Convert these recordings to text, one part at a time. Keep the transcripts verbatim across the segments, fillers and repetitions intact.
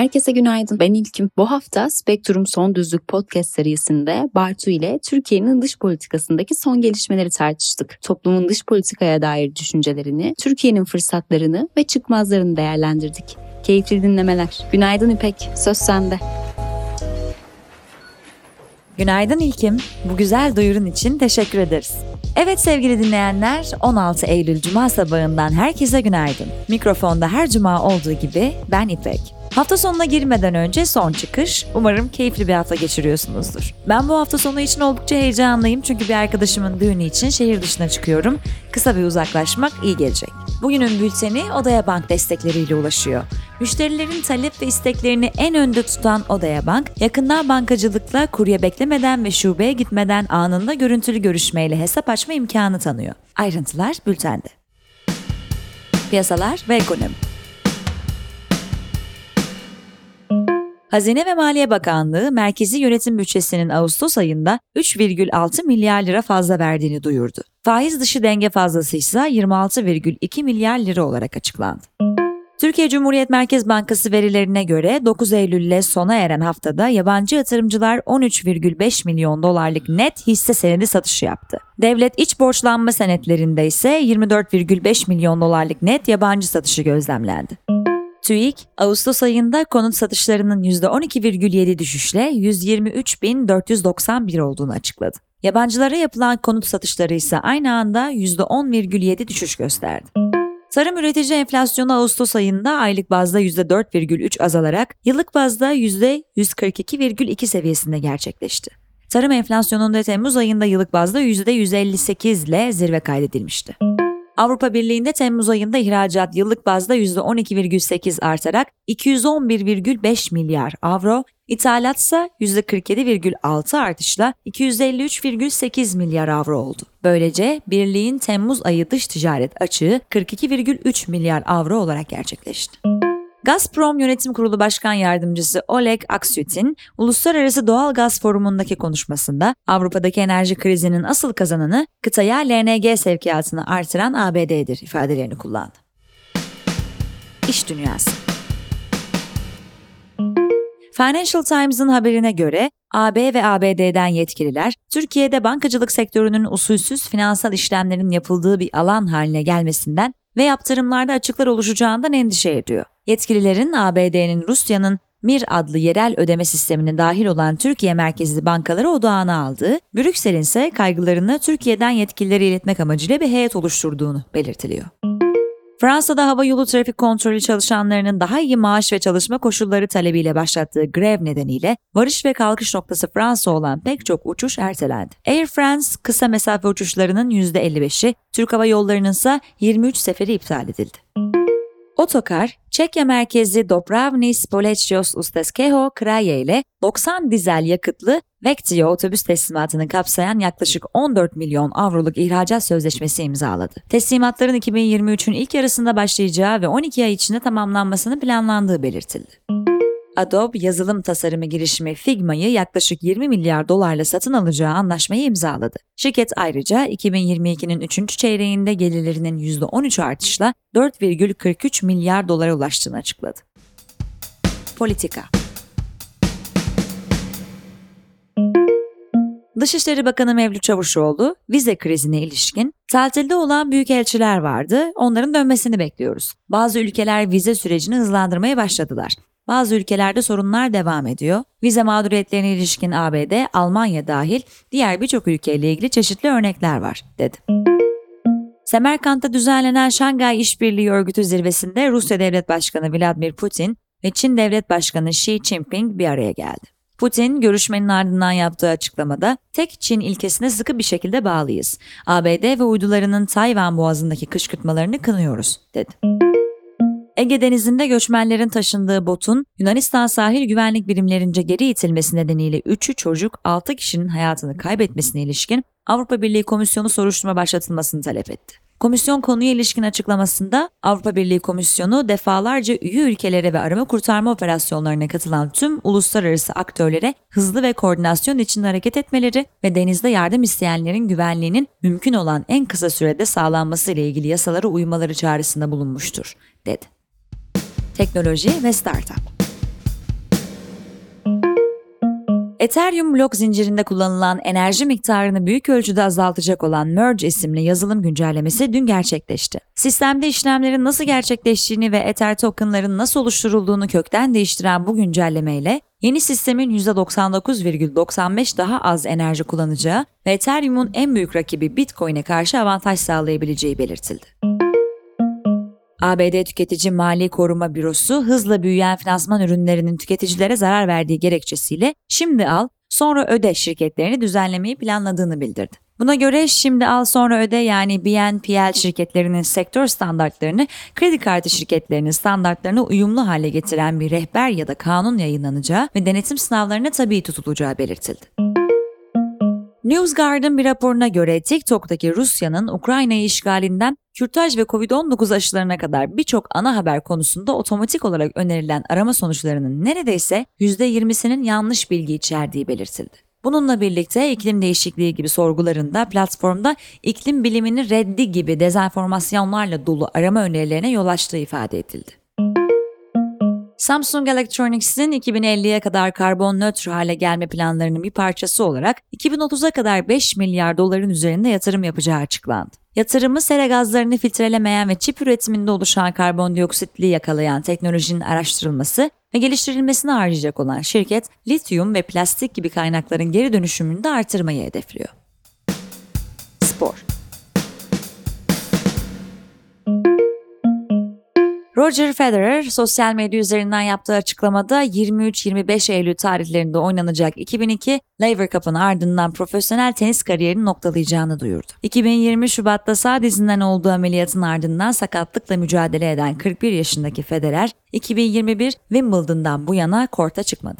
Herkese günaydın. Ben İlkim. Bu hafta Spektrum Son Düzlük Podcast serisinde Bartu ile Türkiye'nin dış politikasındaki son gelişmeleri tartıştık. Toplumun dış politikaya dair düşüncelerini, Türkiye'nin fırsatlarını ve çıkmazlarını değerlendirdik. Keyifli dinlemeler. Günaydın İpek, söz sende. Günaydın İlkim. Bu güzel duyurun için teşekkür ederiz. Evet sevgili dinleyenler, on altı Eylül Cuma sabahından herkese günaydın. Mikrofonda her cuma olduğu gibi ben İpek. Hafta sonuna girmeden önce son çıkış. Umarım keyifli bir hafta geçiriyorsunuzdur. Ben bu hafta sonu için oldukça heyecanlıyım çünkü bir arkadaşımın düğünü için şehir dışına çıkıyorum. Kısa bir uzaklaşmak iyi gelecek. Bugünün bülteni Odea Bank destekleriyle ulaşıyor. Müşterilerin talep ve isteklerini en önde tutan Odea Bank, yakından bankacılıkla kurye beklemeden ve şubeye gitmeden anında görüntülü görüşmeyle hesap açma imkanı tanıyor. Ayrıntılar bültende. Piyasalar ve ekonomi. Hazine ve Maliye Bakanlığı, merkezi yönetim bütçesinin Ağustos ayında üç virgül altı milyar lira fazla verdiğini duyurdu. Faiz dışı denge fazlası ise yirmi altı virgül iki milyar lira olarak açıklandı. Türkiye Cumhuriyet Merkez Bankası verilerine göre dokuz Eylül'le sona eren haftada yabancı yatırımcılar on üç virgül beş milyon dolarlık net hisse senedi satışı yaptı. Devlet iç borçlanma senetlerinde ise yirmi dört virgül beş milyon dolarlık net yabancı satışı gözlemlendi. TÜİK, Ağustos ayında konut satışlarının yüzde on iki virgül yedi düşüşle yüz yirmi üç bin dört yüz doksan bir olduğunu açıkladı. Yabancılara yapılan konut satışları ise aynı anda yüzde on virgül yedi düşüş gösterdi. Tarım üretici enflasyonu Ağustos ayında aylık bazda yüzde dört virgül üç azalarak yıllık bazda yüzde yüz kırk iki virgül iki seviyesinde gerçekleşti. Tarım enflasyonunda Temmuz ayında yıllık bazda yüzde yüz elli sekiz ile zirve kaydedilmişti. Avrupa Birliği'nde Temmuz ayında ihracat yıllık bazda yüzde on iki virgül sekiz artarak iki yüz on bir virgül beş milyar avro, ithalat ise yüzde kırk yedi virgül altı artışla iki yüz elli üç virgül sekiz milyar avro oldu. Böylece Birliğin Temmuz ayı dış ticaret açığı kırk iki virgül üç milyar avro olarak gerçekleşti. Gazprom Yönetim Kurulu Başkan Yardımcısı Oleg Aksyutin, Uluslararası Doğal Gaz Forumu'ndaki konuşmasında Avrupa'daki enerji krizinin asıl kazananı kıtaya L N G sevkiyatını artıran A B D'dir ifadelerini kullandı. İş dünyası. Financial Times'ın haberine göre A B ve A B D'den yetkililer, Türkiye'de bankacılık sektörünün usulsüz finansal işlemlerin yapıldığı bir alan haline gelmesinden ve yaptırımlarda açıklar oluşacağından endişe ediyor. Yetkililerin A B D'nin Rusya'nın Mir adlı yerel ödeme sistemine dahil olan Türkiye merkezli bankaları odağına aldığı, Brüksel'in ise kaygılarını Türkiye'den yetkililere iletmek amacıyla bir heyet oluşturduğunu belirtiliyor. Fransa'da havayolu trafik kontrolü çalışanlarının daha iyi maaş ve çalışma koşulları talebiyle başlattığı grev nedeniyle varış ve kalkış noktası Fransa olan pek çok uçuş ertelendi. Air France kısa mesafe uçuşlarının yüzde elli beşi, Türk Hava Yolları'nın ise yirmi üç seferi iptal edildi. Otokar, Çekya merkezli Dobravny Společnost Ustezkeho Kraje ile doksan dizel yakıtlı Vektio otobüs teslimatını kapsayan yaklaşık on dört milyon avroluk ihracat sözleşmesi imzaladı. Teslimatların iki bin yirmi üçün ilk yarısında başlayacağı ve on iki ay içinde tamamlanmasını planlandığı belirtildi. Adobe yazılım tasarımı girişimi Figma'yı yaklaşık yirmi milyar dolarla satın alacağı anlaşmayı imzaladı. Şirket ayrıca iki bin yirmi ikinin üçüncü çeyreğinde gelirlerinin yüzde on üç artışla dört virgül kırk üç milyar dolara ulaştığını açıkladı. Politika. Dışişleri Bakanı Mevlüt Çavuşoğlu, vize krizine ilişkin tatilde olan büyükelçiler vardı, onların dönmesini bekliyoruz. Bazı ülkeler vize sürecini hızlandırmaya başladılar. Bazı ülkelerde sorunlar devam ediyor. Vize mağduriyetlerine ilişkin A B D, Almanya dahil diğer birçok ülkeyle ilgili çeşitli örnekler var, dedi. Semerkant'ta düzenlenen Şangay İşbirliği Örgütü zirvesinde Rusya Devlet Başkanı Vladimir Putin ve Çin Devlet Başkanı Xi Jinping bir araya geldi. Putin, görüşmenin ardından yaptığı açıklamada, tek Çin ilkesine sıkı bir şekilde bağlıyız. A B D ve uydularının Tayvan Boğazı'ndaki kışkırtmalarını kınıyoruz, dedi. Ege Denizi'nde göçmenlerin taşındığı botun Yunanistan sahil güvenlik birimlerince geri itilmesi nedeniyle üçü çocuk altı kişinin hayatını kaybetmesine ilişkin Avrupa Birliği Komisyonu soruşturma başlatılmasını talep etti. Komisyon konuya ilişkin açıklamasında Avrupa Birliği Komisyonu defalarca üye ülkelere ve arama kurtarma operasyonlarına katılan tüm uluslararası aktörlere hızlı ve koordinasyon içinde hareket etmeleri ve denizde yardım isteyenlerin güvenliğinin mümkün olan en kısa sürede sağlanması ile ilgili yasalara uymaları çağrısında bulunmuştur, dedi. Teknoloji ve startup. Ethereum blok zincirinde kullanılan enerji miktarını büyük ölçüde azaltacak olan Merge isimli yazılım güncellemesi dün gerçekleşti. Sistemde işlemlerin nasıl gerçekleştiğini ve Ether tokenların nasıl oluşturulduğunu kökten değiştiren bu güncellemeyle yeni sistemin yüzde doksan dokuz virgül doksan beş daha az enerji kullanacağı ve Ethereum'un en büyük rakibi Bitcoin'e karşı avantaj sağlayabileceği belirtildi. A B D Tüketici Mali Koruma Bürosu hızla büyüyen finansman ürünlerinin tüketicilere zarar verdiği gerekçesiyle Şimdi Al, Sonra Öde şirketlerini düzenlemeyi planladığını bildirdi. Buna göre Şimdi Al Sonra Öde yani B N P L şirketlerinin sektör standartlarını kredi kartı şirketlerinin standartlarına uyumlu hale getiren bir rehber ya da kanun yayınlanacağı ve denetim sınavlarına tabi tutulacağı belirtildi. NewsGuard'ın bir raporuna göre TikTok'taki Rusya'nın Ukrayna'yı işgalinden kürtaj ve kovid on dokuz aşılarına kadar birçok ana haber konusunda otomatik olarak önerilen arama sonuçlarının neredeyse yüzde yirmisinin yanlış bilgi içerdiği belirtildi. Bununla birlikte iklim değişikliği gibi sorgularında platformda iklim bilimini reddi gibi dezenformasyonlarla dolu arama önerilerine yol açtığı ifade edildi. Samsung Electronics'in iki bin elliye kadar karbon nötr hale gelme planlarının bir parçası olarak iki bin otuza kadar beş milyar doların üzerinde yatırım yapacağı açıklandı. Yatırımı sera gazlarını filtrelemeyen ve çip üretiminde oluşan karbondioksitli yakalayan teknolojinin araştırılması ve geliştirilmesine harcayacak olan şirket, lityum ve plastik gibi kaynakların geri dönüşümünü de artırmayı hedefliyor. Spor. Roger Federer, sosyal medya üzerinden yaptığı açıklamada yirmi üç yirmi beş Eylül tarihlerinde oynanacak iki bin iki Laver Cup'ın ardından profesyonel tenis kariyerini noktalayacağını duyurdu. iki bin yirmi Şubat'ta sağ dizinden olduğu ameliyatın ardından sakatlıkla mücadele eden kırk bir yaşındaki Federer, iki bin yirmi bir Wimbledon'dan bu yana korta çıkmadı.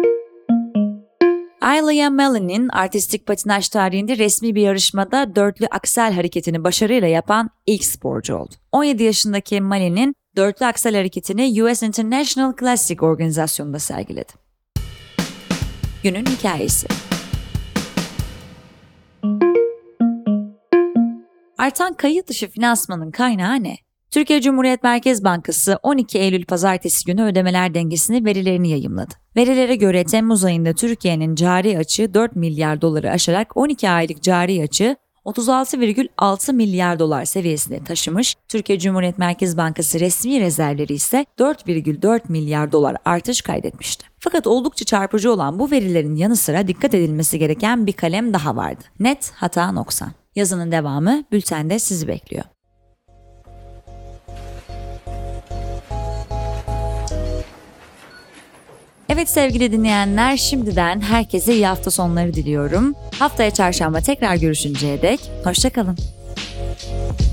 Ilia Malin'in artistik patinaj tarihinde resmi bir yarışmada dörtlü aksel hareketini başarıyla yapan ilk sporcu oldu. on yedi yaşındaki Malin'in dörtlü aksel hareketini U S International Classic organizasyonunda sergiledi. Günün hikayesi. Artan kayıt dışı finansmanın kaynağı ne? Türkiye Cumhuriyet Merkez Bankası on iki Eylül Pazartesi günü ödemeler dengesini verilerini yayımladı. Verilere göre Temmuz ayında Türkiye'nin cari açığı dört milyar doları aşarak on iki aylık cari açığı otuz altı virgül altı milyar dolar seviyesine taşımış, Türkiye Cumhuriyet Merkez Bankası resmi rezervleri ise dört virgül dört milyar dolar artış kaydetmişti. Fakat oldukça çarpıcı olan bu verilerin yanı sıra dikkat edilmesi gereken bir kalem daha vardı. Net hata noksan. Yazının devamı bültende sizi bekliyor. Evet sevgili dinleyenler, şimdiden herkese iyi hafta sonları diliyorum. Haftaya çarşamba tekrar görüşünceye dek hoşça kalın.